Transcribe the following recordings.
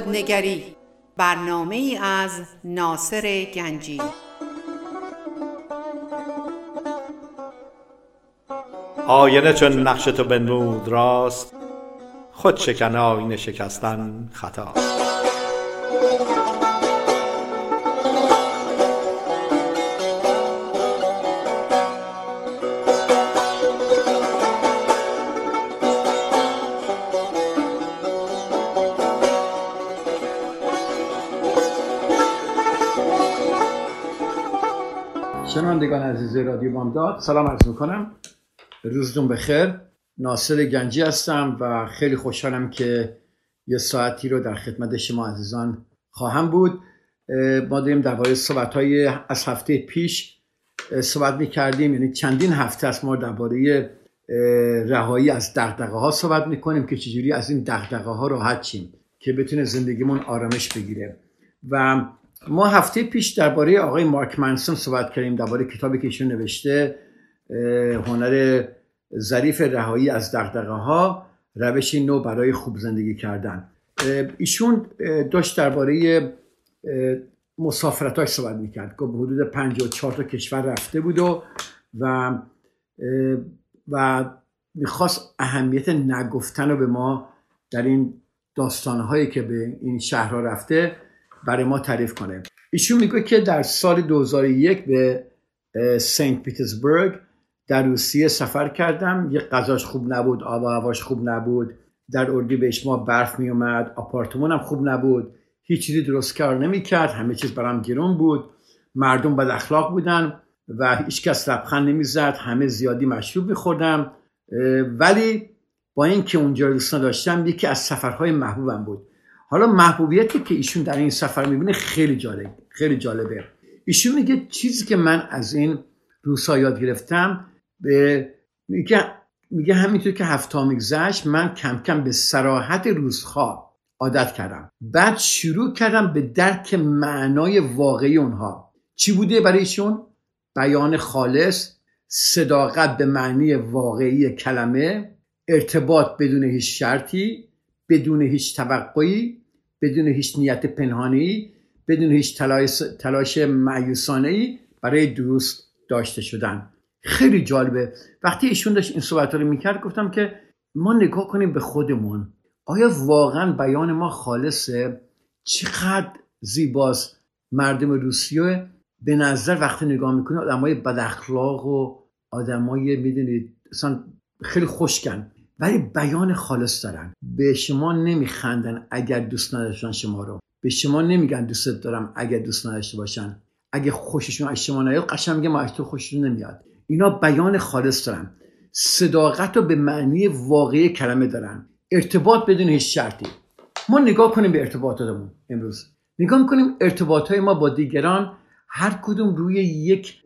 خودنگری، برنامه‌ای از ناصر گنجی. آینه چون نقش تو بنمود راست، خود شکن آینه شکستن خطاست. شنوندگان عزیز رادیو بامداد، سلام عرض میکنم. روزتون بخیر. ناصر گنجی هستم و خیلی خوشحالم که یه ساعتی رو در خدمت شما عزیزان خواهم بود. ما داریم درباره صحبت‌های از هفته پیش صحبت می‌کردیم، یعنی چندین هفته است ما درباره رهایی از دغدغه‌ها صحبت می‌کنیم که چجوری از این دغدغه‌ها راحت شیم که بتونه زندگیمون آرامش بگیره. و ما هفته پیش درباره آقای مارک منسون صحبت کردیم، درباره کتابی که ایشون نوشته، هنر ظریف رهایی از دغدغه‌ها، روش نو برای خوب زندگی کردن. ایشون داشت درباره مسافرتاش صحبت میکرد که حدود 54 تا کشور رفته بود و میخواست اهمیت نگفتن رو به ما در این داستانهایی که به این شهرها رفته برای ما تعریف کنه. ایشون میگه که در سال 2001 به سنت پیترزبورگ در روسیه سفر کردم. یه غذاش خوب نبود، آب و هواش خوب نبود، در اردیبهشت ما برف می اومد، آپارتمانم خوب نبود، هیچ چیزی درست کار نمی‌کرد، همه چیز برام گرون بود، مردم بد اخلاق بودن و هیچ کس لبخند نمی‌زد، همه زیادی مشروب می‌خوردم. ولی با اینکه اونجا رو دوست داشتم، یکی از سفرهای محبوبم بود. حالا محبوبیتی که ایشون در این سفر می‌بینه خیلی جالبه. ایشون میگه چیزی که من از این روس‌ها یاد گرفتم، میگه همینطور که هفته میگذشت من کم کم به صراحت روس‌ها عادت کردم. بعد شروع کردم به درک معنای واقعی اونها. چی بوده برای ایشون؟ بیان خالص، صداقت به معنی واقعی کلمه، ارتباط بدون هیچ شرطی، بدون هیچ توقعی، بدون هیچ نیت پنهانی، بدون هیچ تلاش مایوسانه‌ای برای دوست داشته شدن. خیلی جالبه. وقتی ایشون داشت این صحبت رو میکرد گفتم که ما نگاه کنیم به خودمون، آیا واقعا بیان ما خالصه؟ چقدر زیباست. مردم روسیه به نظر وقتی نگاه میکنه آدمای بد اخلاق و آدمای میدونید اصلا خیلی خشکن، ولی بیان خالص دارن. به شما نمیخندن اگر دوست نداشتن شما رو، به شما نمیگن دوستت دارم اگر دوست نداشته باشن، اگه خوششون از شما نیاد قشنگ میگه ما از تو خوششون نمیاد. اینا بیان خالص دارن، صداقت رو به معنی واقعی کلمه دارن، ارتباط بدون هیچ شرطی. ما نگاه کنیم به ارتباطاتمون امروز، نگاه میکنیم ارتباطات ما با دیگران هر کدوم روی یک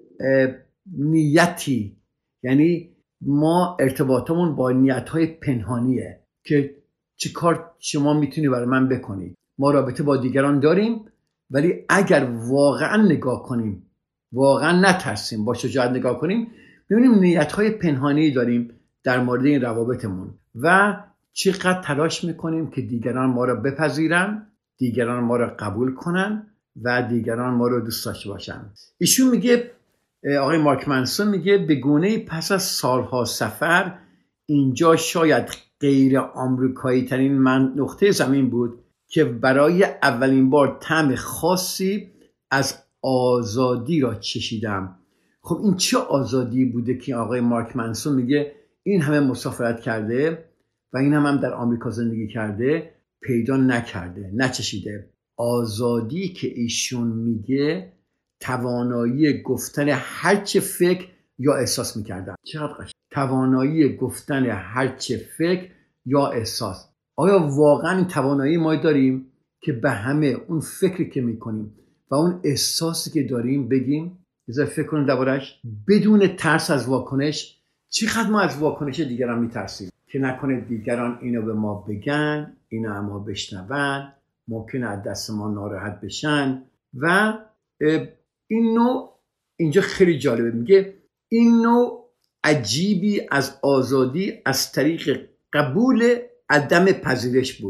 نیتی، یعنی ما ارتباطمون با نیت‌های پنهانیه که چه کار شما میتونی برای من بکنی. ما رابطه با دیگران داریم، ولی اگر واقعا نگاه کنیم، واقعا نترسیم، با شجاعت نگاه کنیم، می‌بینیم نیت‌های پنهانی داریم در مورد این روابطمون و چقدر تلاش میکنیم که دیگران ما رو بپذیرن، دیگران ما رو قبول کنن و دیگران ما رو دوست داشته باشن. ایشون میگه، آقای مارک منسون میگه، به گونه‌ای پس از سالها سفر اینجا شاید غیر آمریکایی ترین نقطه زمین بود که برای اولین بار طعم خاصی از آزادی را چشیدم. خب این چه آزادی بوده که آقای مارک منسون میگه این همه مسافرت کرده و این هم در آمریکا زندگی کرده، پیدا نکرده، نچشیده. آزادی که ایشون میگه توانایی گفتن هرچه فکر یا احساس میکردن. چقدر قشنگ. توانایی گفتن هرچه فکر یا احساس. آیا واقعا این توانایی ما داریم که به همه اون فکری که میکنیم و اون احساسی که داریم بگیم؟ بذار فکر کنیم دربارش بدون ترس از واکنش. چقدر ما از واکنش دیگران میترسیم که نکنه دیگران اینو به ما بگن، اینو اما بشنون، ممکنه از دست ما ناراحت بشن. و این نوع اینجا خیلی جالبه، میگه این نوع عجیبی از آزادی از طریق قبول عدم پذیرش بود.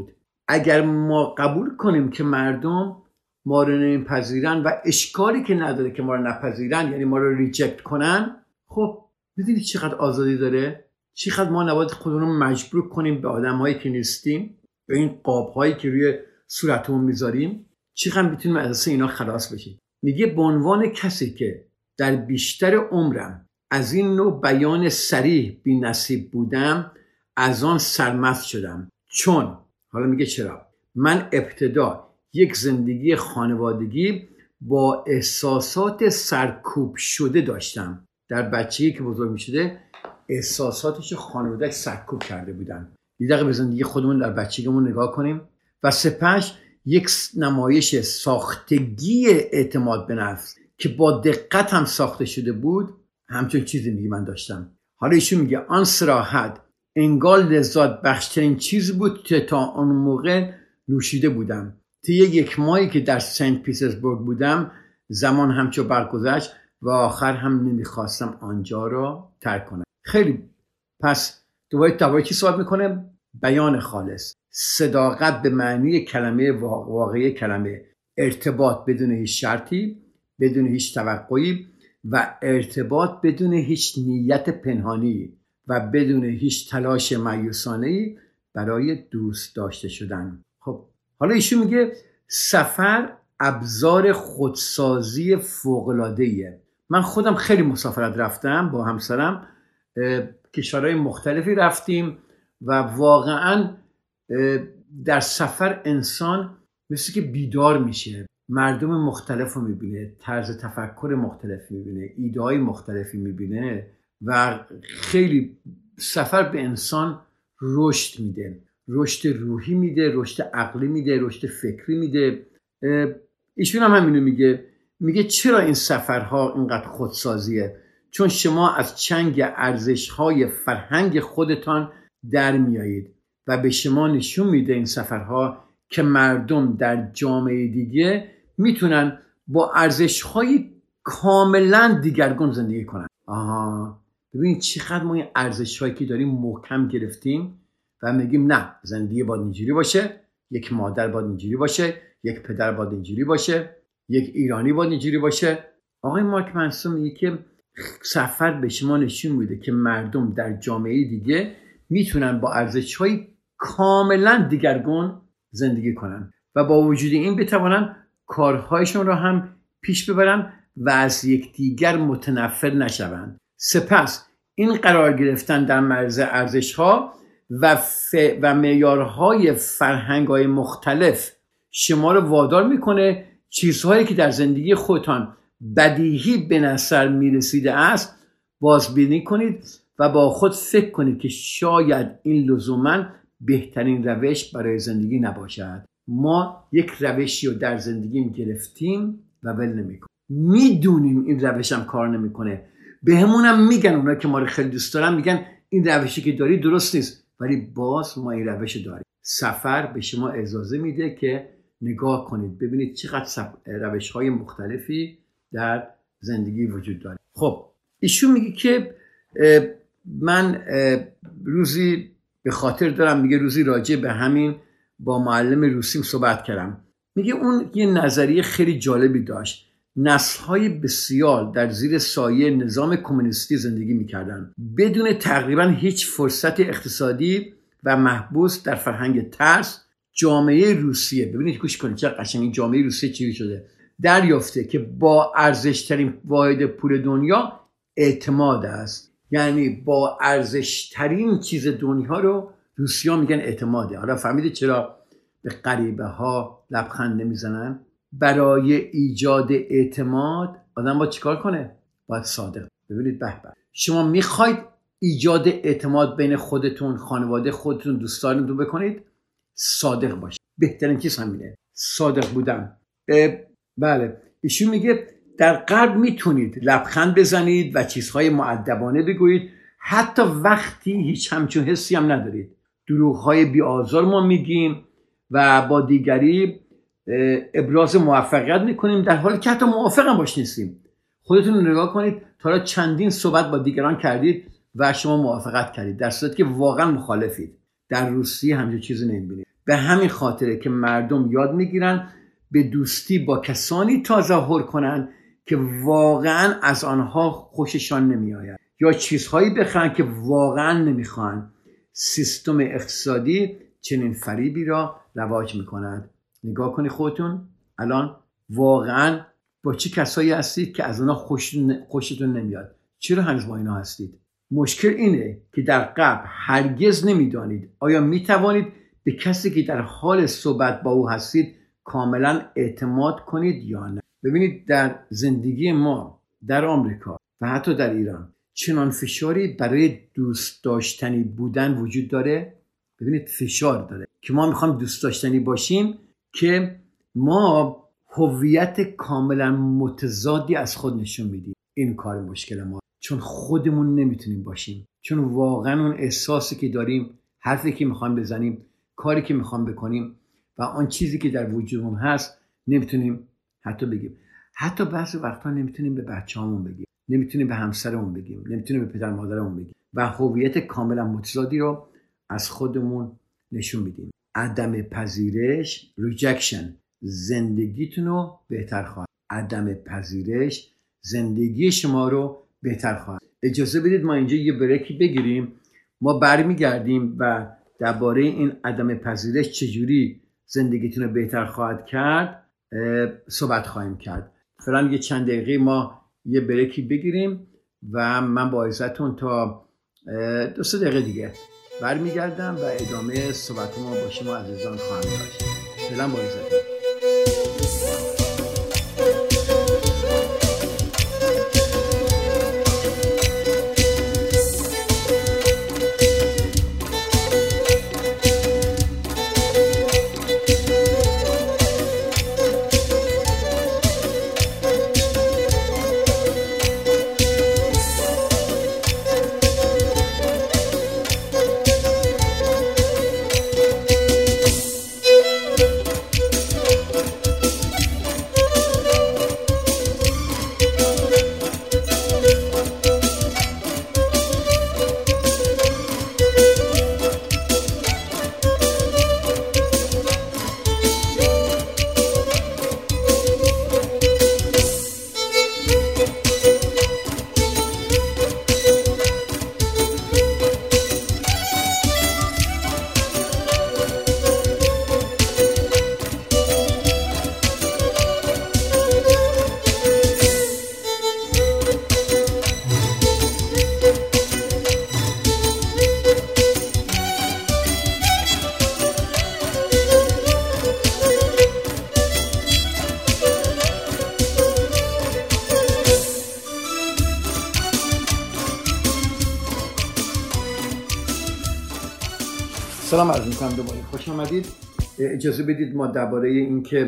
اگر ما قبول کنیم که مردم ما رو نمیپذیرن و اشکالی که نداره که ما رو نپذیرن، یعنی ما رو ریجکت کنن، خب میدونی چقدر آزادی داره؟ چقدر ما نباید خودمون رو مجبور کنیم به آدم‌هایی که نیستیم، به این قاب‌هایی که روی صورتمون میذاریم، چقدر میتونیم از اینا خلاص بشیم. میگه به عنوان کسی که در بیشتر عمرم از این نوع بیان صریح بی نصیب بودم، از آن سرمست شدم. چون حالا میگه چرا؟ من ابتدا یک زندگی خانوادگی با احساسات سرکوب شده داشتم. در بچگی که بزرگ میشده احساساتش خانواده‌اش سرکوب کرده بودن. یه دقیقه به زندگی خودمون در بچگیمون نگاه کنیم و سپس یک نمایش ساختگی اعتماد به نفس که با دقت هم ساخته شده بود، همچون چیزی میگه من داشتم. حالا ایشون میگه آن صراحت انگار لذت بخشترین چیزی بود که تا اون موقع نوشیده بودم. طی یک ماهی که در سنت پیترزبورگ بودم زمان همچو برگذشت و آخر هم نمیخواستم آنجا را ترک کنم. خیلی پس دوباره چی صحبت میکنه؟ بیان خالص، صداقت به معنی کلمه واقعی کلمه، ارتباط بدون هیچ شرطی، بدون هیچ توقعی و ارتباط بدون هیچ نیت پنهانی و بدون هیچ تلاش مایوسانه‌ای برای دوست داشته شدن. خب حالا ایشون میگه سفر ابزار خودسازی فوق‌العاده‌ایه. من خودم خیلی مسافرت رفتم با همسرم، کشورهای مختلفی رفتیم و واقعا در سفر انسان مثل که بیدار میشه، مردم مختلف رو میبینه، طرز تفکر مختلف میبینه، ایده های مختلفی میبینه و خیلی سفر به انسان رشد میده، رشد روحی میده، رشد عقلی میده، رشد فکری میده. ایشون هم همینو میگه چرا این سفرها اینقدر خودسازیه؟ چون شما از چنگ ارزش‌های فرهنگ خودتان در میایید و به شما نشون میده این سفرها که مردم در جامعه دیگه میتونن با ارزش‌های کاملا دیگرگون زندگی کنن. ببینید چقدر ما این ارزش‌هایی که داریم محکم گرفتیم و میگیم نه، زندگی باید اینجوری باشه، یک مادر باید اینجوری باشه، یک پدر باید اینجوری باشه، یک ایرانی باید اینجوری باشه. آقای مارک منسون میگه که سفر به شما نشون میده که مردم در جامعه دیگه میتونن با ارزش‌های کاملا دیگرگون زندگی کنن و با وجود این بتوانن کارهایشون رو هم پیش ببرن و از یکدیگر متنفر نشوند. سپس این قرار گرفتن در مرز ارزش‌ها و معیارهای فرهنگ‌های مختلف شما رو وادار میکنه چیزهایی که در زندگی خودتان بدیهی به نظر میرسیده است بازبینی کنید و با خود فکر کنید که شاید این لزوماً بهترین روش برای زندگی نباشد. ما یک روشی رو در زندگیم گرفتیم و ول نمی‌کنیم، میدونیم این روش هم کار نمیکنه، بهمونم میگن، اونا که ما رو خیلی دوست دارن میگن این روشی که داری درست نیست، ولی باز ما این روش داریم. سفر به شما اجازه میده که نگاه کنید ببینید چقدر روش‌های مختلفی در زندگی وجود داره. خب ایشون میگه که من روزی به خاطر دارم، میگه روزی راجع به همین با معلم روسیم صحبت کردم. میگه اون یه نظریه خیلی جالبی داشت. نسل‌های بسیار در زیر سایه نظام کمونیستی زندگی میکردن بدون تقریبا هیچ فرصت اقتصادی و محبوس در فرهنگ ترس. جامعه روسیه، ببینید گوش کنید چقدر قشنگ این جامعه روسیه چی شده، دریافته که با ارزشترین واحد پول دنیا اعتماد است. یعنی با ارزشترین چیز دنیا رو روسیا میگن اعتماده. حالا فهمیدید چرا به غریبه ها لبخند نمیزنن؟ برای ایجاد اعتماد آدم باید چیکار کنه؟ باید صادق. ببینید به شما میخواید ایجاد اعتماد بین خودتون، خانواده خودتون، دوستانتون بکنید، صادق باشید. بهترین چیز همینه، صادق بودن. بله ایشون میگه در غرب میتونید لبخند بزنید و چیزهای مؤدبانه بگویید حتی وقتی هیچ همچون حسی هم ندارید. دروغ‌های بی‌آزار ما میگیم و با دیگری ابراز موفقیت میکنیم در حالی که حتی موافق هم باش نیستیم. خودتون رو نگاه کنید تا حالا چندین صحبت با دیگران کردید و شما موافقت کردید در صورتی که واقعا مخالفید. در روسیه همچین چیزی نمیبینید. به همین خاطره که مردم یاد میگیرن به دوستی با کسانی تظاهر کنن که واقعا از آنها خوششان نمیآید یا چیزهایی بخرن که واقعا نمیخوان. سیستم اقتصادی چنین فریبی را رواج میکند. نگاه کنی خودتون الان واقعا با چه کسایی هستید که از اونها خوشتون نمیاد؟ چرا هنوز با اینا هستید؟ مشکل اینه که در قبل هرگز نمیدانید آیا میتوانید به کسی که در حال صحبت با او هستید کاملا اعتماد کنید یا نه. ببینید در زندگی ما در آمریکا و حتی در ایران چنان فشاری برای دوست داشتنی بودن وجود داره. ببینید فشار داره که ما میخوایم دوست داشتنی باشیم که ما هویت کاملا متضادی از خود نشون میدیم. این کار مشکل ما، چون خودمون نمیتونیم باشیم، چون واقعا اون احساسی که داریم، حرفی که میخوایم بزنیم، کاری که میخوایم بکنیم و آن چیزی که در وجودمون هست نمیتونیم حتی بگیم. حتی بعضی وقتا نمیتونیم به بچه‌هامون بگیم، نمیتونیم به همسرمون بگیم، نمیتونیم به پدر مادرمون بگیم و هویت کاملا متضادی رو از خودمون نشون میدیم. عدم پذیرش rejection زندگیتون رو بهتر خواهد. عدم پذیرش زندگی شما رو بهتر خواهد. اجازه بدید ما اینجا یه بریکی بگیریم، ما برمیگردیم و درباره این عدم پذیرش چجوری زندگیتون رو بهتر خواهد کرد صحبت خواهیم کرد. فعلا یه چند دقیقه ما یه بریکی بگیریم و من با عزتون تا 2-3 دقیقه دیگه برمیگردم و ادامه صحبت ما با شما عزیزان خواهم داشت. فعلا با عزتون. سلام عرض میکنم دوباره، خوش آمدید. اجازه بدید ما درباره این که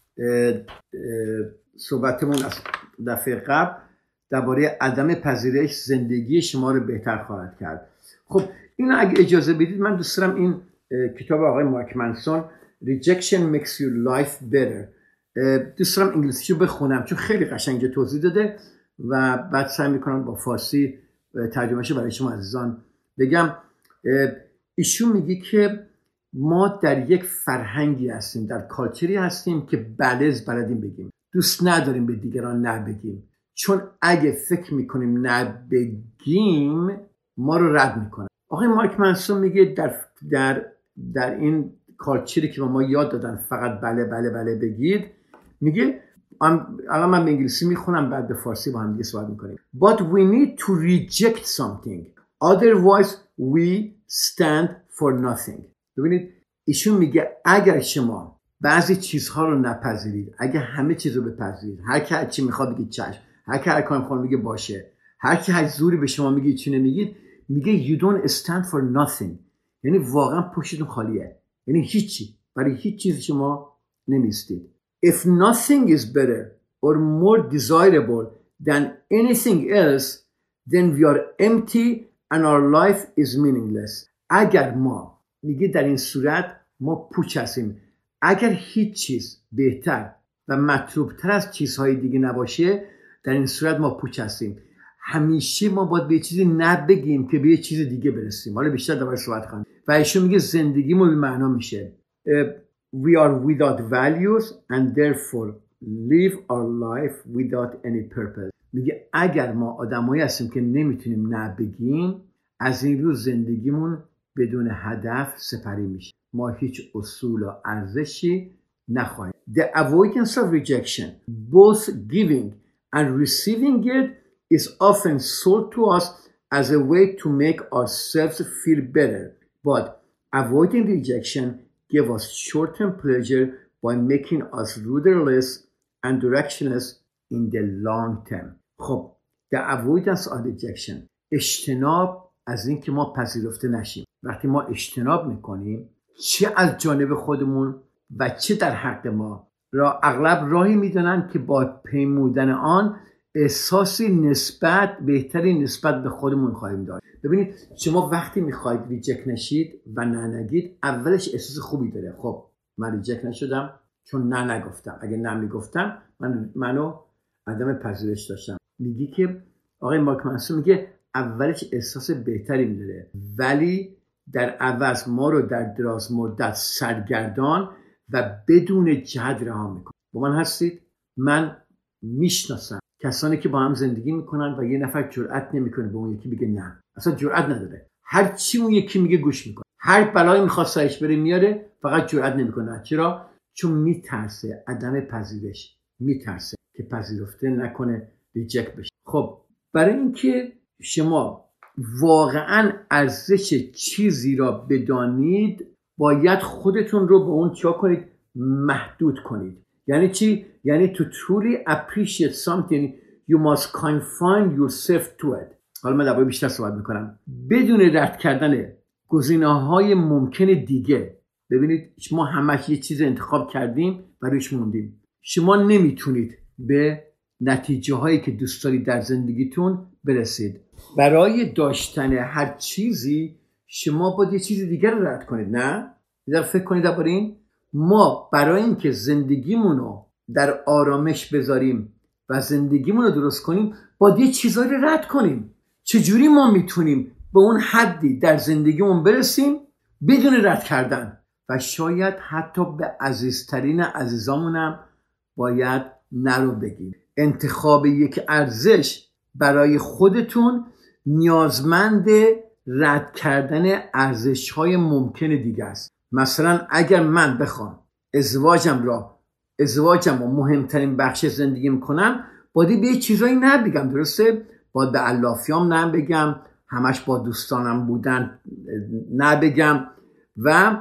صحبتمون از دفعه قبل درباره عدم پذیرش زندگی شما رو بهتر خواهد کرد. خب این اگه اجازه بدید من دوست دارم این کتاب آقای مارک منسون Rejection Makes Your Life Better دوست دارم انگلیسیشو بخونم چون خیلی قشنگ توضیح داده و بعد سعی میکنم با فارسی ترجمهشو برای شما عزیزان بگم. ایشون میگه که ما در یک فرهنگی هستیم، در کالچری هستیم که بلدیم بگیم، دوست نداریم به دیگران نه بگیم، چون اگه فکر میکنیم نه بگیم ما رو رد میکنن. آقای مارک منسون میگه در این کالچری که ما یاد دادن فقط بله بگید، میگه الان من به انگلیسی میخونم بعد به فارسی با هم دیگه صحبت میکنیم. But we need to reject something otherwise we stand for nothing. ببینید ایشون میگه اگر شما بعضی چیزها رو نپذیرید، اگر همه چیز رو بپذیرید، هر کی چی میخواد بگید چشم، هر کی هر کاری میخواد میگه باشه، هر کی هر زوری به شما میگه چی نمیگید، میگه you don't stand for nothing. یعنی واقعا پشتتون خالیه، یعنی هیچی، برای هیچ چیز شما نمیستید. If nothing is better or more desirable than anything else then we are empty and our life is meaningless. اگر ما میگه در این صورت ما پوچ هستیم، اگر هیچ چیز بهتر و مطلوبتر از چیزهای دیگه نباشه در این صورت ما پوچ هستیم. همیشه ما باید به یه چیزی نبگیم که به یه چیز دیگه برسیم. حالا بیشتر دربارش صحبت کنیم. و ایشون میگه زندگیمون بی معنا میشه. we are without values and therefore live our life without any purpose. میگه اگر ما آدمایی هستیم که نمیتونیم نه بگیم، از این روز زندگیمون بدون هدف سپری میشه. ما هیچ اصول و ارزشی نخواهیم. The avoidance of rejection, both giving and receiving it, is often sold to us as a way to make ourselves feel better. But avoiding rejection gives us short-term pleasure by making us rudderless and directionless in the long term. خب the avoidance of rejection، اجتناب از این که ما پذیرفته نشیم. وقتی ما اجتناب میکنیم، چه از جانب خودمون و چه در حق ما، اغلب راهی میدونن که با پیمودن آن احساسی بهتری نسبت به خودمون خواهیم داشت. ببینید شما وقتی میخواید ریجکت نشید و نه نگید، اولش احساس خوبی داره. خب من ریجکت نشدم چون نه نگفتم. اگه نه میگفتم منو عدم پذیرش داشتم. میگی که آقای مارک منسون میگه اولش احساس بهتری میداره، ولی در عوض ما رو در دراز مدت سرگردان و بدون جهت رها میکنه. با من هستید؟ من میشناسم کسانی که با هم زندگی میکنن و یه نفر جرئت نمیکنه به اون یکی بگه نه، اصلا جرئت نداره. هر چی اون یکی میگه گوش میکنه، هر بلایی میخواد سرش بره میاره، فقط جرئت نمیکنه. چرا؟ چون میترسه عدم پذیرش، میترسه که پذیرفته نکنه، ریجکت بشه. خب برای اینکه شما واقعا ارزش چیزی را بدانید، باید خودتون رو به اون چا کنید؟ محدود کنید. یعنی چی؟ یعنی to truly appreciate something you must confine yourself to it. حالا من درباره بیشتر صحبت میکنم. بدون رد کردن گزینه‌های ممکن دیگه. ببینید شما همش یه چیز انتخاب کردیم و روش موندیم. شما نمیتونید به نتیجه هایی که دوست دارید در زندگیتون برسید. برای داشتن هر چیزی شما باید یه چیز دیگر رو رد کنید. نه؟ یه فکر کنید درباره این. ما برای اینکه زندگیمون رو در آرامش بذاریم و زندگیمون رو درست کنیم، باید یه چیزایی رو رد کنیم. چجوری ما میتونیم به اون حدی در زندگیمون برسیم بدون رد کردن؟ و شاید حتی به عزیزترین عزیزامونم باید نرو بگیم. انتخاب یک ارزش برای خودتون نیازمند رد کردن ارزش‌های ممکن دیگه است. مثلا اگر من بخوام ازدواجم رو مهمترین بخش زندگیم کنم، باید به یه چیزایی نبگم، درسته؟ باید به علافیام نبگم، همش با دوستانم بودن نبگم و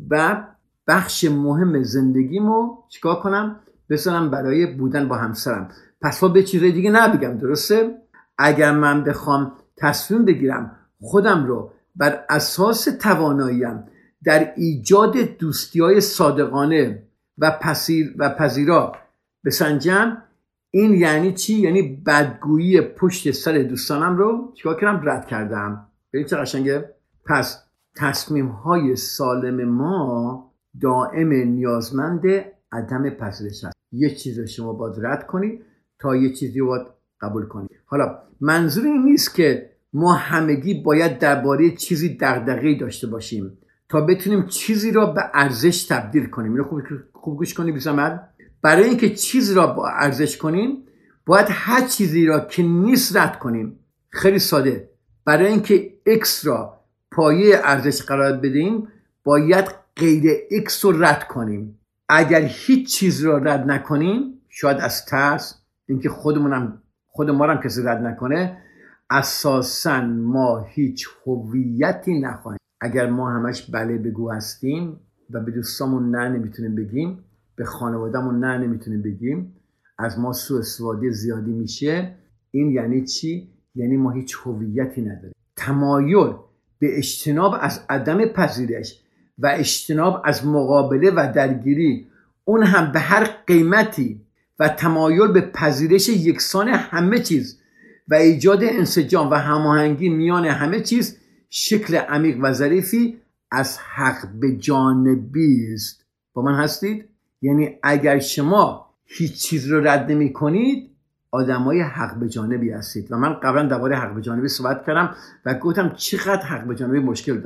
بخش مهم زندگیمو چیکار کنم؟ بذارم برای بودن با همسرم. پس با به چیزای دیگه نبگم، درسته؟ اگر من بخوام تصمیم بگیرم خودم رو بر اساس تواناییم در ایجاد دوستی‌های صادقانه و پذیرا بسنجم، این یعنی چی؟ یعنی بدگویی پشت سر دوستانم رو چیکار کردم؟ رد کردم. ببین چه قشنگه. پس تصمیم‌های سالم ما دائم نیازمند عدم پذیرش است. یه چیز رو شما باید رد کنید تا یه چیزی رو باید قبول کنید. حالا منظور این نیست که ما همگی باید درباره چیزی دغدغه‌ای داشته باشیم تا بتونیم چیزی را به ارزش تبدیل کنیم. اینو خوب گوش کنید بی‌زحمت. برای اینکه چیزی را با ارزش کنیم، باید هر چیزی را که نیست رد کنیم. خیلی ساده. برای اینکه X را پایه ارزش قرار بدیم، باید غیر X رو رد کنیم. اگر هیچ چیز را رد نکنیم، شاید از ترس اینکه خود ما هم کسی رد نکنه، اساساً ما هیچ هویتی نخواهیم. اگر ما همش بله بگو هستیم و به دوستامون نه نمیتونیم بگیم، به خانوادهمون نه نمیتونیم بگیم، از ما سوء استفاده زیادی میشه. این یعنی چی؟ یعنی ما هیچ هویتی نداریم. تمایل به اجتناب از عدم پذیرش و اجتناب از مقابله و درگیری، اون هم به هر قیمتی، و تمایل به پذیرش یکسان همه چیز و ایجاد انسجام و هماهنگی میان همه چیز، شکل عمیق و ظریفی از حق به جانبی است. با من هستید؟ یعنی اگر شما هیچ چیز رو رد نمی کنید، آدمای حق به جانبی هستید. و من قبلا درباره حق به جانبی صحبت کردم و گفتم چقدر حق به جانبی مشکل داره.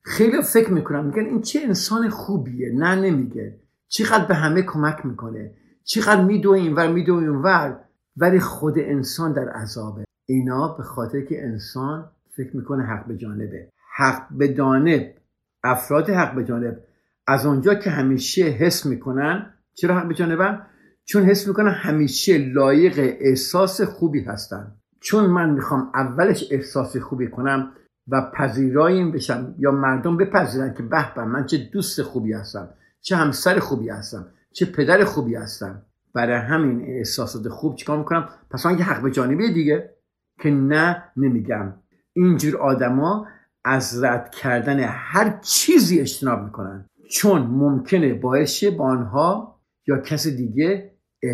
خیلی فکر میکنن میگن این چه انسان خوبیه. نه نمیگه. چقدر به همه کمک میکنه، چقدر میدوه اینور میدوه اونور، ولی خود انسان در عذابه. اینا به خاطر که انسان فکر میکنه حق به جانبه. حق به جانب، افراد حق به جانب از اونجا که همیشه حس میکنن، چرا حق به جانبن؟ چون حس میکنن همیشه لایق احساس خوبی هستن. چون من میخوام اولش احساس خوبی کنم و پذیرایم بشم یا مردم بپذیرن که به به من چه دوست خوبی هستم، چه همسر خوبی هستم، چه پدر خوبی هستم. برای همین احساسات خوب چیکار میکنم؟ پس من یه حق به جانبه دیگه که نه نمیگم. اینجور آدما از رد کردن هر چیزی اجتناب میکنن، چون ممکنه باعث شه با آنها یا کسی دیگه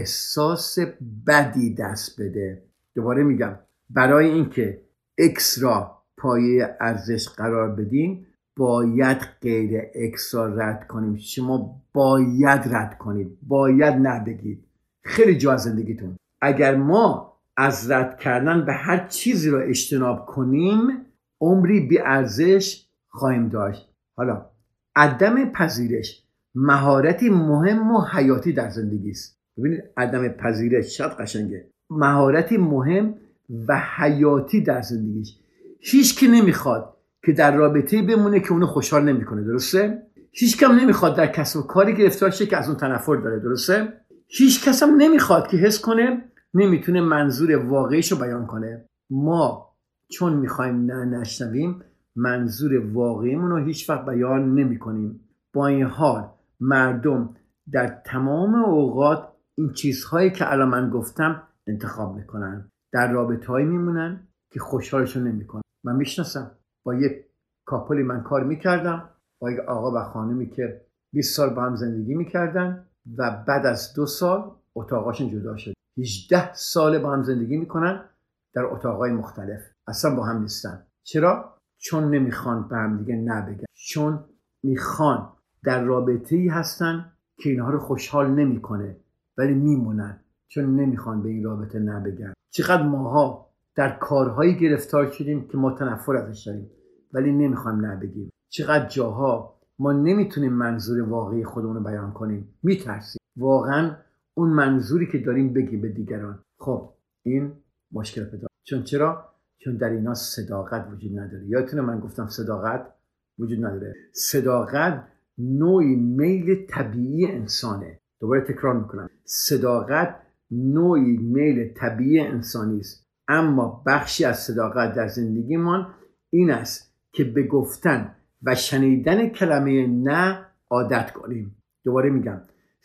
احساس بدی دست بده. دوباره میگم برای اینکه اکس را پایه ارزش قرار بدیم باید غیر اکس را رد کنیم. شما باید رد کنید، باید نبگید. خیلی جا از زندگیتون اگر ما از رد کردن به هر چیزی را اجتناب کنیم عمری بی ارزش خواهیم داشت. حالا عدم پذیرش مهارتی مهم و حیاتی در زندگی است. ببینید عدم پذیرش شاید قشنگه، مهارتی مهم و حیاتی در زندگیش. هیچ کی نمیخواد که در رابطه‌ای بمونه که اونو خوشحال نمیکنه، درسته؟ هیچ کم نمیخواد در کسب و کاری گرفتار شه که از اون تنفر داره، درسته؟ هیچ کس هم نمیخواد که حس کنه نمیتونه منظور واقعیشو بیان کنه. ما چون میخوایم نشنویم منظور واقعیمون رو هیچ وقت بیان نمیکنیم. با این حال مردم در تمام اوقات این چیزهایی که الان من گفتم انتخاب میکنن، در رابطه‌ای میمونن که خوشحالشون نمیکنن. من میشناسم با یک کاپلی من کار میکردم، با یک آقا و خانمی که 20 سال با هم زندگی میکردن و بعد از 2 سال اتاقاشون جدا شد. 18 سال با هم زندگی میکنن در اتاقای مختلف، اصلا با هم نیستن. چرا؟ چون نمیخوان به هم دیگه نبگن، چون میخوان در رابطه‌ای هستن که اینها رو خوشحال نمیکنه ولی میمونن چون نمیخوان به این رابطه نبگن. چقدر ماها در کارهایی گرفتار شدیم که ما تنفر ازش داریم ولی نمیخوایم نبگیم. چقدر جاها ما نمیتونیم منظور واقعی خودمون رو بیان کنیم، میترسیم واقعا اون منظوری که داریم بگیم به دیگران. خب این مشکل پیدا. چرا؟ چون در اینا صداقت وجود نداره. یادتونه من گفتم صداقت وجود نداره. صداقت نوعی میل طبیعی انسانه. دوباره تکرار میکنم، صداقت نوعی میل طبیعی انسانی است. اما بخشی از صداقت در زندگیمان این است که به گفتن و شنیدن کلمه نه عادت کنیم. دوباره میگم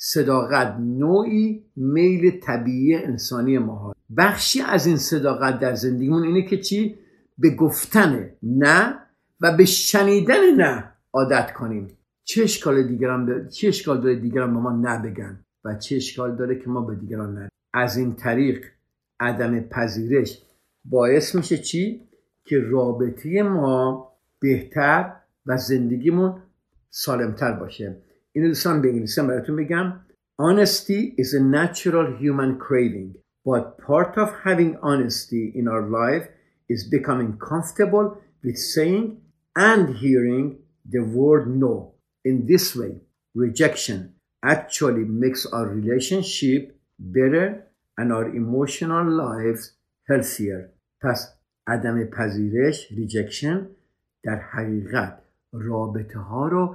صداقت نوعی میل طبیعی انسانی ما. بخشی از این صداقت در زندگیمون اینه که چی؟ به گفتن نه و به شنیدن نه عادت کنیم. چه اشکال داره دیگران به ما نبگن و چه اشکال داره که ما به دیگران نبگیم؟ از این طریق عدم پذیرش باعث میشه چی؟ که رابطه ما بهتر و زندگیمون سالمتر باشه. اینو دوستان به انگلیسی براتون بگم. Honesty is a natural human craving, but part of having honesty in our life is becoming comfortable with saying and hearing the word no. In this way, rejection actually makes our relationship better and our emotional lives healthier. پس عدم پذیرش rejection در حقیقت رابطه ها رو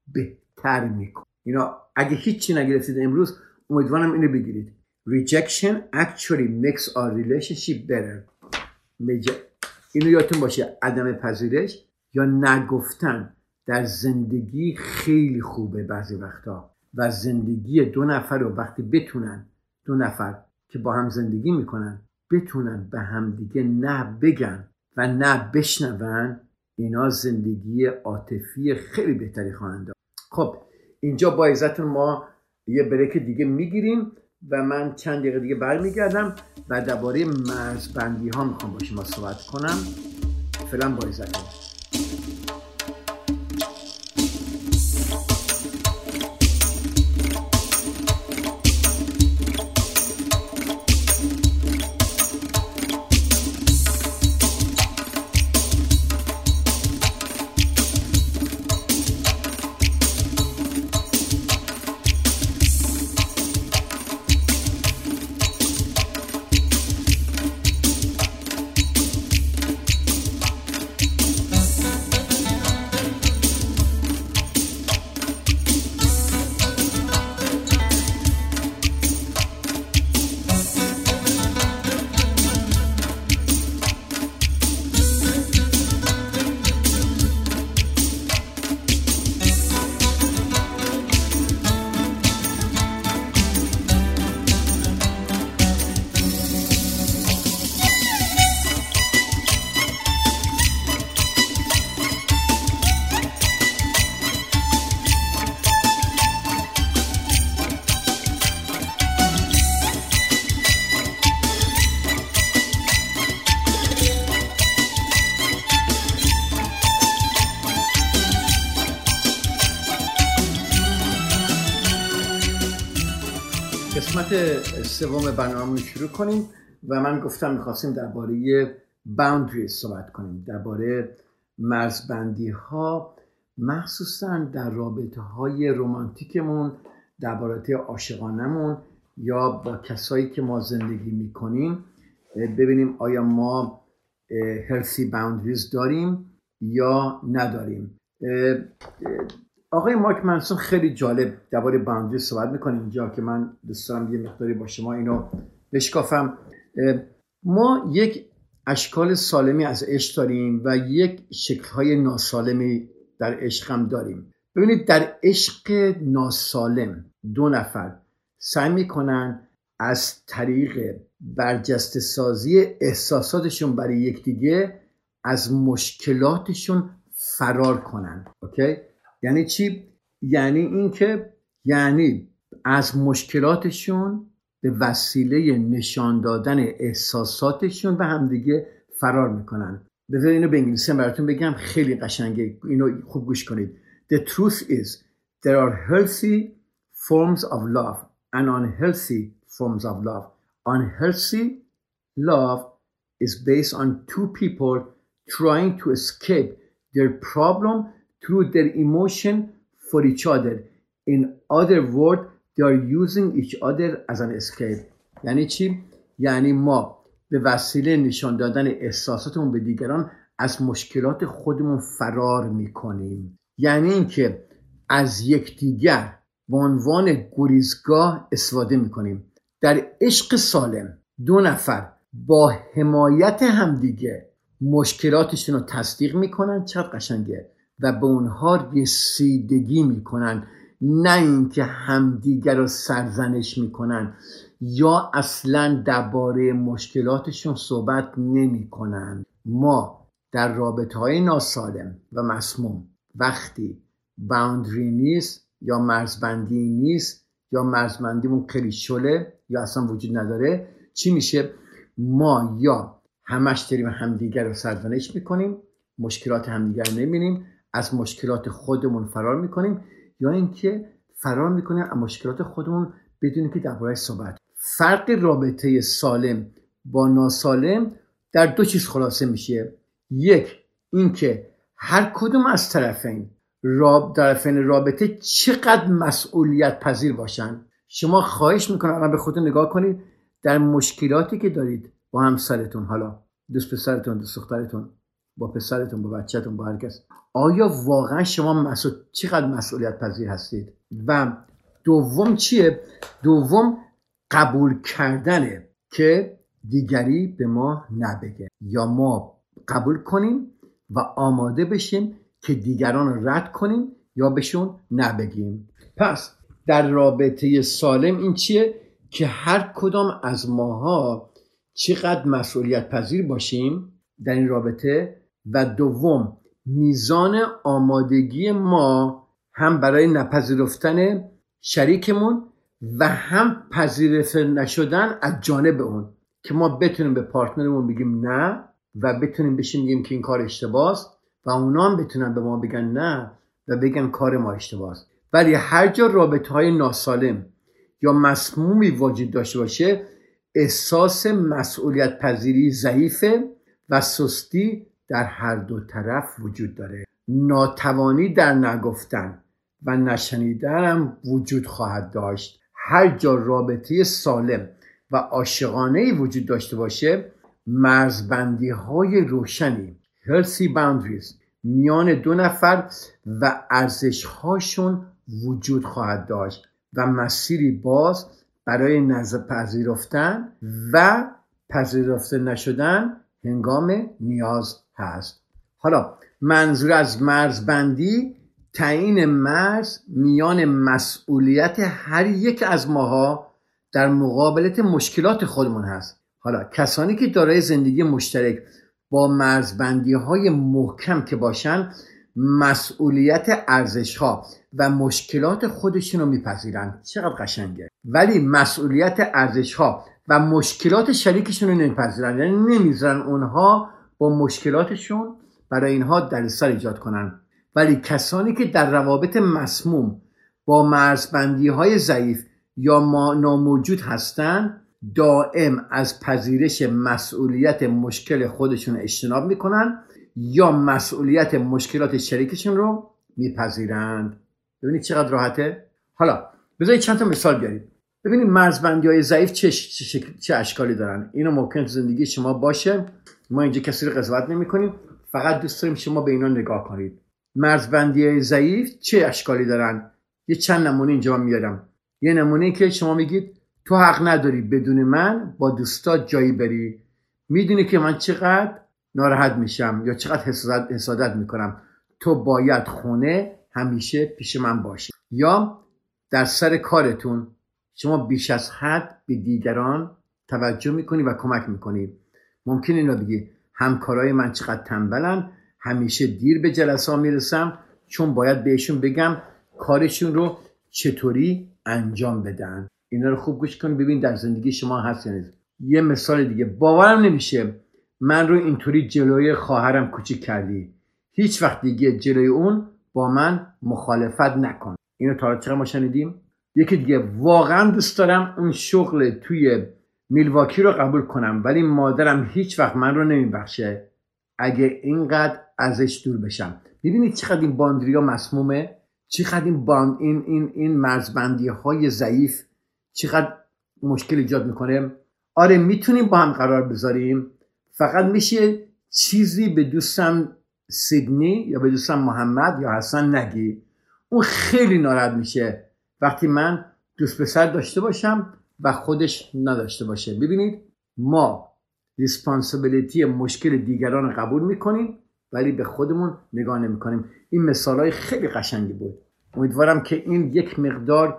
بهتر میکنه. اینا اگه هیچی نگرفتید امروز امیدوارم اینو بگیرید. Rejection actually makes our relationship better. اینو یادتون باشه، عدم پذیرش یا نگفتن در زندگی خیلی خوبه بعضی وقتا و زندگی 2 نفر رو وقتی بتونن 2 نفر که با هم زندگی میکنن بتونن به هم دیگه نه بگن و نه بشنون، اینا زندگی عاطفی خیلی بهتری خواهند داشت. خب اینجا با عزتون ما یه بریک دیگه میگیریم و من چند دقیقه دیگه برمیگردم و درباره مرزبندی ها میخوام با شما صحبت کنم. فعلا با عزتون. قسمت سوم برنامه شروع کنیم و من گفتم میخواستیم درباره boundaries صحبت کنیم، درباره مرزبندی ها، مخصوصا در رابطه های رمانتیکمون، درباره عاشقانمون یا با کسایی که ما زندگی میکنیم. ببینیم آیا ما healthy boundaries داریم یا نداریم. آقای مارک منسون خیلی جالب درباره باوندری صحبت میکنه اینجا که من دوست دارم یه مقداری با شما اینو بشکافم. ما یک اشکال سالمی از عشق داریم و یک شکل‌های ناسالمی در عشق هم داریم. ببینید در عشق ناسالم دو نفر سعی میکنن از طریق برجسته سازی احساساتشون برای یکدیگه از مشکلاتشون فرار کنن. اوکی؟ یعنی چی؟ یعنی اینکه از مشکلاتشون به وسیله نشان دادن احساساتشون به همدیگه فرار میکنن. بذار اینو به انگلیسی براتون بگم، خیلی قشنگه، اینو خوب گوش کنید. The truth is there are healthy forms of love and unhealthy forms of love. Unhealthy love is based on two people trying to escape their problem through their emotion for each other. In other words, they are using each other as an escape. یعنی چی؟ یعنی ما به وسیله نشان دادن احساساتمون به دیگران از مشکلات خودمون فرار میکنیم. یعنی اینکه از یکدیگر به عنوان گریزگاه استفاده میکنیم. در عشق سالم دو نفر با حمایت همدیگه مشکلاتشون رو تصدیق میکنن، چقدر قشنگه، و به اونها رسیدگی میکنن، نه اینکه همدیگر رو سرزنش میکنن یا اصلا درباره مشکلاتشون صحبت نمیکنن. ما در رابطه های ناسالم و مسموم وقتی باوندری نیست یا مرزبندی نیست یا مرزبندیمون خیلی شله یا اصلا وجود نداره، چی میشه؟ ما یا همش داریم همدیگر رو سرزنش میکنیم، مشکلات همدیگر نمیبینیم، از مشکلات خودمون فرار میکنیم، یا اینکه فرار میکنیم از مشکلات خودمون بدون که درباره‌اش صحبت. فرق رابطه سالم با ناسالم در دو چیز خلاصه میشه. یک، اینکه هر کدوم از طرفین رابطه چقدر مسئولیت پذیر باشن. شما خواهش میکنم الان به خودتون نگاه کنید، در مشکلاتی که دارید با همسرتون، حالا دوست پسرتون، دوست دخترتون، با پسرتون، با بچه‌تون، با هر کس، آیا واقعا شما چقدر مسئولیت پذیر هستید؟ و دوم چیه؟ دوم قبول کردنه که دیگری به ما نبگه، یا ما قبول کنیم و آماده بشیم که دیگران رو رد کنیم یا بهشون نبگیم. پس در رابطه سالم این چیه؟ که هر کدام از ماها چقدر مسئولیت پذیر باشیم در این رابطه، و دوم میزان آمادگی ما هم برای نپذیرفتن شریکمون و هم پذیرفته نشدن از جانب اون، که ما بتونیم به پارتنرمون بگیم نه و بتونیم بگیم که این کار اشتباهه و اونا هم بتونن به ما بگن نه و بگن کار ما اشتباهه. ولی هر جا رابطه‌های ناسالم یا مسمومی وجود داشته باشه، احساس مسئولیت پذیری ضعیفه و سستی در هر دو طرف وجود داره. ناتوانی در نگفتن و نشنیدن هم وجود خواهد داشت. هر جا رابطه سالم و عاشقانه‌ای وجود داشته باشه، مرزبندی‌های روشنی healthy boundaries میان دو نفر و ارزش‌هاشون وجود خواهد داشت و مسیری باز برای پذیرفتن و پذیرفته نشدن هنگام نیاز هست. حالا منظور از مرزبندی تعیین مرز میان مسئولیت هر یک از ماها در مقابله مشکلات خودمون هست. حالا کسانی که دارای زندگی مشترک با مرزبندی‌های محکم که باشن، مسئولیت ارزش‌ها و مشکلات خودشون رو میپذیرن. چقدر قشنگه. ولی مسئولیت ارزش‌ها و مشکلات شریکشون رو نمیپذیرن، یعنی نمیذارن اونها با مشکلاتشون برای اینها دردسر ایجاد کنن. ولی کسانی که در روابط مسموم با مرزبندی‌های ضعیف یا ناموجود هستن دائم از پذیرش مسئولیت مشکل خودشون اجتناب میکنن یا مسئولیت مشکلات شریکشون رو میپذیرند. ببینید چقدر راحته. حالا بذارید چند تا مثال بیاریم. ببینید مرزبندی‌های ضعیف چه اشکالی دارن. اینو ممکن تو زندگی شما باشه. ما اینجا کسی رو قضاوت نمی‌کنیم، فقط دوست داریم شما به اینا نگاه کنید. مرزبندی‌های ضعیف چه اشکالی دارن؟ یه چند نمونه اینجا میارم. یه نمونه که شما میگید تو حق نداری بدون من با دوستات جایی بری، میدونی که من چقدر ناراحت میشم یا چقدر حسادت میکنم، تو باید خونه همیشه پیش من باشی. یا در سر کارتون شما بیش از حد به دیگران توجه میکنی و کمک میکنی. ممکن اینو بگی همکارای من چقدر تنبلن، همیشه دیر به جلسه میرسم چون باید بهشون بگم کارشون رو چطوری انجام بدن. اینا رو خوب گوش کن ببین در زندگی شما هست یا نیست. یه مثال دیگه، باورم نمیشه من رو اینطوری جلوی خواهرم کوچیک کردی، هیچ وقت دیگه جلوی اون با من مخالفت نکن. اینو تا چقدر ما شنیدیم. یکی دیگه، واقعا دوست دارم اون شغل توی میلواکی رو قبول کنم ولی مادرم هیچ وقت من رو نمیبخشه اگه اینقدر ازش دور بشم. میبینید چقدر این باندریا مسمومه، چقدر این مرزبندی های ضعیف چقدر مشکل ایجاد میکنه. آره میتونیم با هم قرار بذاریم، فقط میشه چیزی به دوستم سیدنی یا به دوستم محمد یا حسن نگی. اون خیلی ناراحت میشه وقتی من دوست پسر داشته باشم و خودش نداشته باشه. ببینید ما ریسپانسیبیلیتی مشکل دیگران قبول میکنیم ولی به خودمون نگاه نمیکنیم. این مثالای خیلی قشنگی بود. امیدوارم که این یک مقدار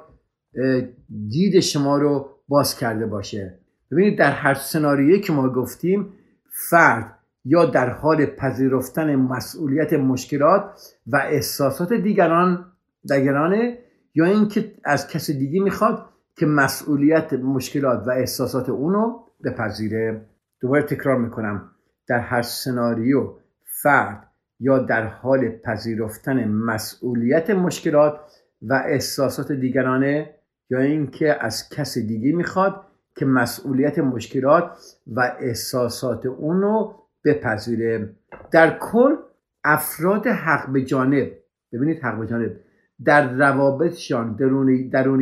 دید شما رو باز کرده باشه. ببینید در هر سناریویی که ما گفتیم فرد یا در حال پذیرفتن مسئولیت مشکلات و احساسات دیگرانه یا اینکه از کسی دیگه میخواد که مسئولیت مشکلات و احساسات اونو بپذیره. دوباره تکرار میکنم، در هر سناریو فرد یا در حال پذیرفتن مسئولیت مشکلات و احساسات دیگرانه یا اینکه از کسی دیگه میخواد که مسئولیت مشکلات و احساسات اونو بپذیره. در کل افراد حق به جانب، ببینید حق به جانب در روابطشان درون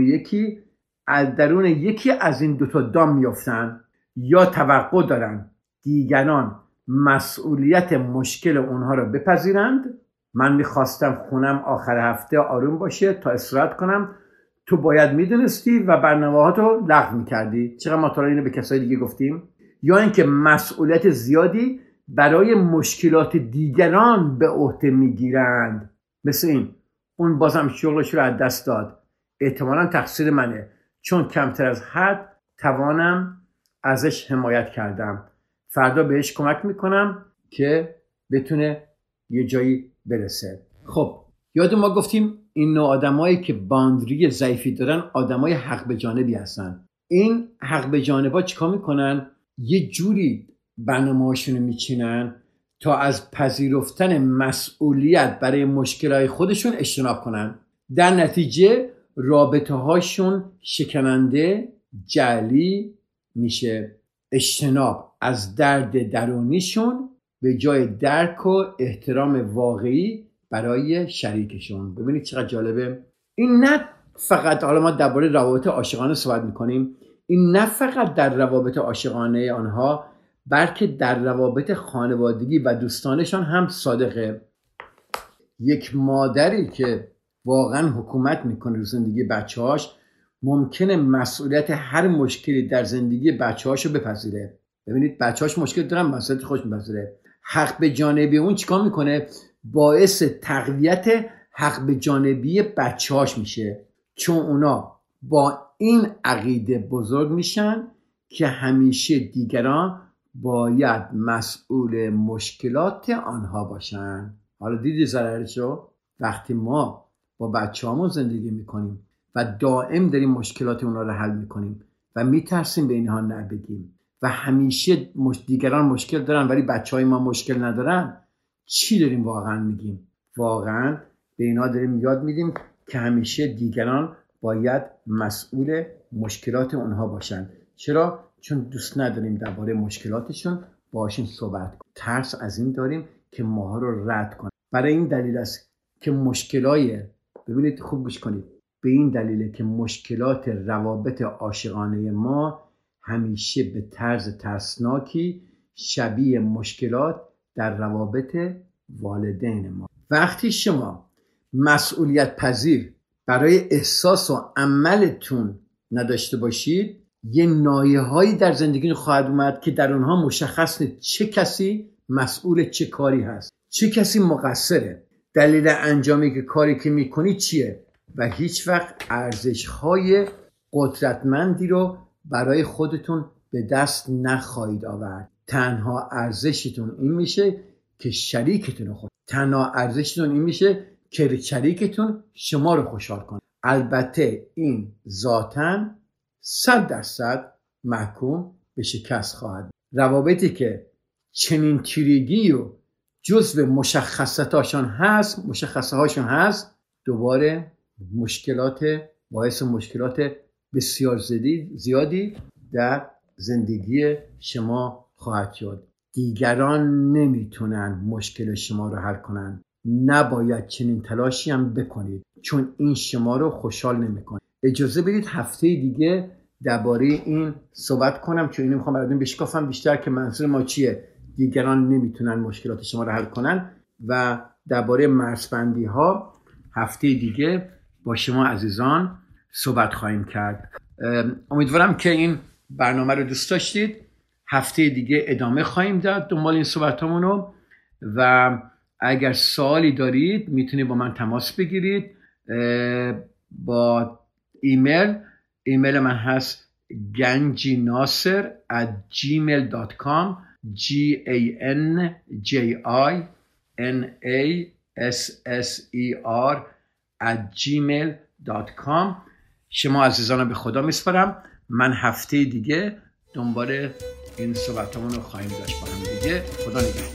یکی از این دوتا دام میافتن یا توقع دارن دیگران مسئولیت مشکل اونها رو بپذیرند. من میخواستم خونم آخر هفته آروم باشه تا استراحت کنم، تو باید میدونستی و برنامه‌هاتو لغو میکردی. چقدر ما تا اینو به کسای دیگه گفتیم. یا اینکه مسئولیت زیادی برای مشکلات دیگران به عهده میگیرند، مثل این اون بازم شغلش رو از دست داد، احتمالاً تقصیر منه چون کمتر از حد توانم ازش حمایت کردم، فردا بهش کمک میکنم که بتونه یه جایی برسه. خب یاد ما گفتیم این نوع آدمایی که باندری ضعیفی دارن آدمای حق به جانبی هستن. این حق به جانبا چیکار میکنن؟ یه جوری برنامه‌هاشون رو میچینن تا از پذیرفتن مسئولیت برای مشکلات خودشون اجتناب کنن. در نتیجه رابطه هاشون شکننده، جعلی میشه. اجتناب از درد درونیشون به جای درک و احترام واقعی برای شریکشون. ببینید چقدر جالبه. این نه فقط، حالا ما درباره روابط عاشقانه صحبت میکنیم، این نه فقط در روابط عاشقانه آنها بلکه در روابط خانوادگی و دوستانشان هم صادقه. یک مادری که واقعا حکومت میکنه رو زندگی بچه‌هاش ممکنه مسئولیت هر مشکلی در زندگی بچه‌هاشو بپذیره. ببینید بچه‌هاش مشکل دارن، مسئولیت خودش میپذیره. حق به جانبی اون چیکار میکنه؟ باعث تقویت حق به جانبی بچه‌هاش میشه، چون اونا با این عقیده بزرگ میشن که همیشه دیگران باید مسئول مشکلات آنها باشن. حالا دیدی ضررشو؟ وقتی ما با بچه‌هامون زندگی میکنیم و دائم داریم مشکلات اونا رو حل میکنیم و میترسیم به اینها نبگیم و همیشه دیگران مشکل دارن ولی بچه‌های ما مشکل ندارن، چی داریم واقعا میگیم؟ واقعا به اینا داریم یاد میدیم که همیشه دیگران باید مسئول مشکلات اونها باشن. چرا؟ چون دوست نداریم درباره مشکلاتشون باشون صحبت کنیم. ترس از این داریم که ماها رو رد کنن. برای این دلیل است که ببینید خوب گوش کنید، به این دلیله که مشکلات روابط عاشقانه ما همیشه به طرز ترسناکی شبیه مشکلات در روابط والدین ما. وقتی شما مسئولیت پذیر برای احساس و عملتون نداشته باشید، یه نایه‌هایی در زندگی خواهد اومد که در اونها مشخص نیست چه کسی مسئول چه کاری هست، چه کسی مقصره، دلیل انجامی که کاری که میکنی چیه و هیچ وقت ارزش‌های قدرتمندی رو برای خودتون به دست نخواهید آورد. تنها ارزشتون این میشه که شریکتون شما رو خوشحال کنه. البته این ذاتاً 100% محکوم به شکست خواهد. روابطی که چنین تیریگی و جزء مشخصه‌هاشون هست دوباره باعث مشکلات بسیار زیادی در زندگی شما خواهد شد. دیگران نمیتونن مشکل شما رو حل کنن. نباید چنین تلاشی هم بکنید چون این شما رو خوشحال نمیکنه. اجازه بدید هفته دیگه درباره این صحبت کنم چون اینو میخوام براتون بشکافم بیشتر که منظور ما چیه. دیگران نمیتونن مشکلات شما رو حل کنن و درباره مرزبندی ها هفته دیگه با شما عزیزان صحبت خواهیم کرد. امیدوارم که این برنامه رو دوست داشتید. هفته دیگه ادامه خواهیم داد دنبال این صحبتامونو و اگر سوالی دارید میتونید با من تماس بگیرید با ایمیل من هست ganjinasser@gmail.com ganjinasser@gmail.com. شما عزیزان به خدا میسپارم. من هفته دیگه دنبال این صحبتامون رو خواهیم داشت با هم دیگه. خدا نگهدار.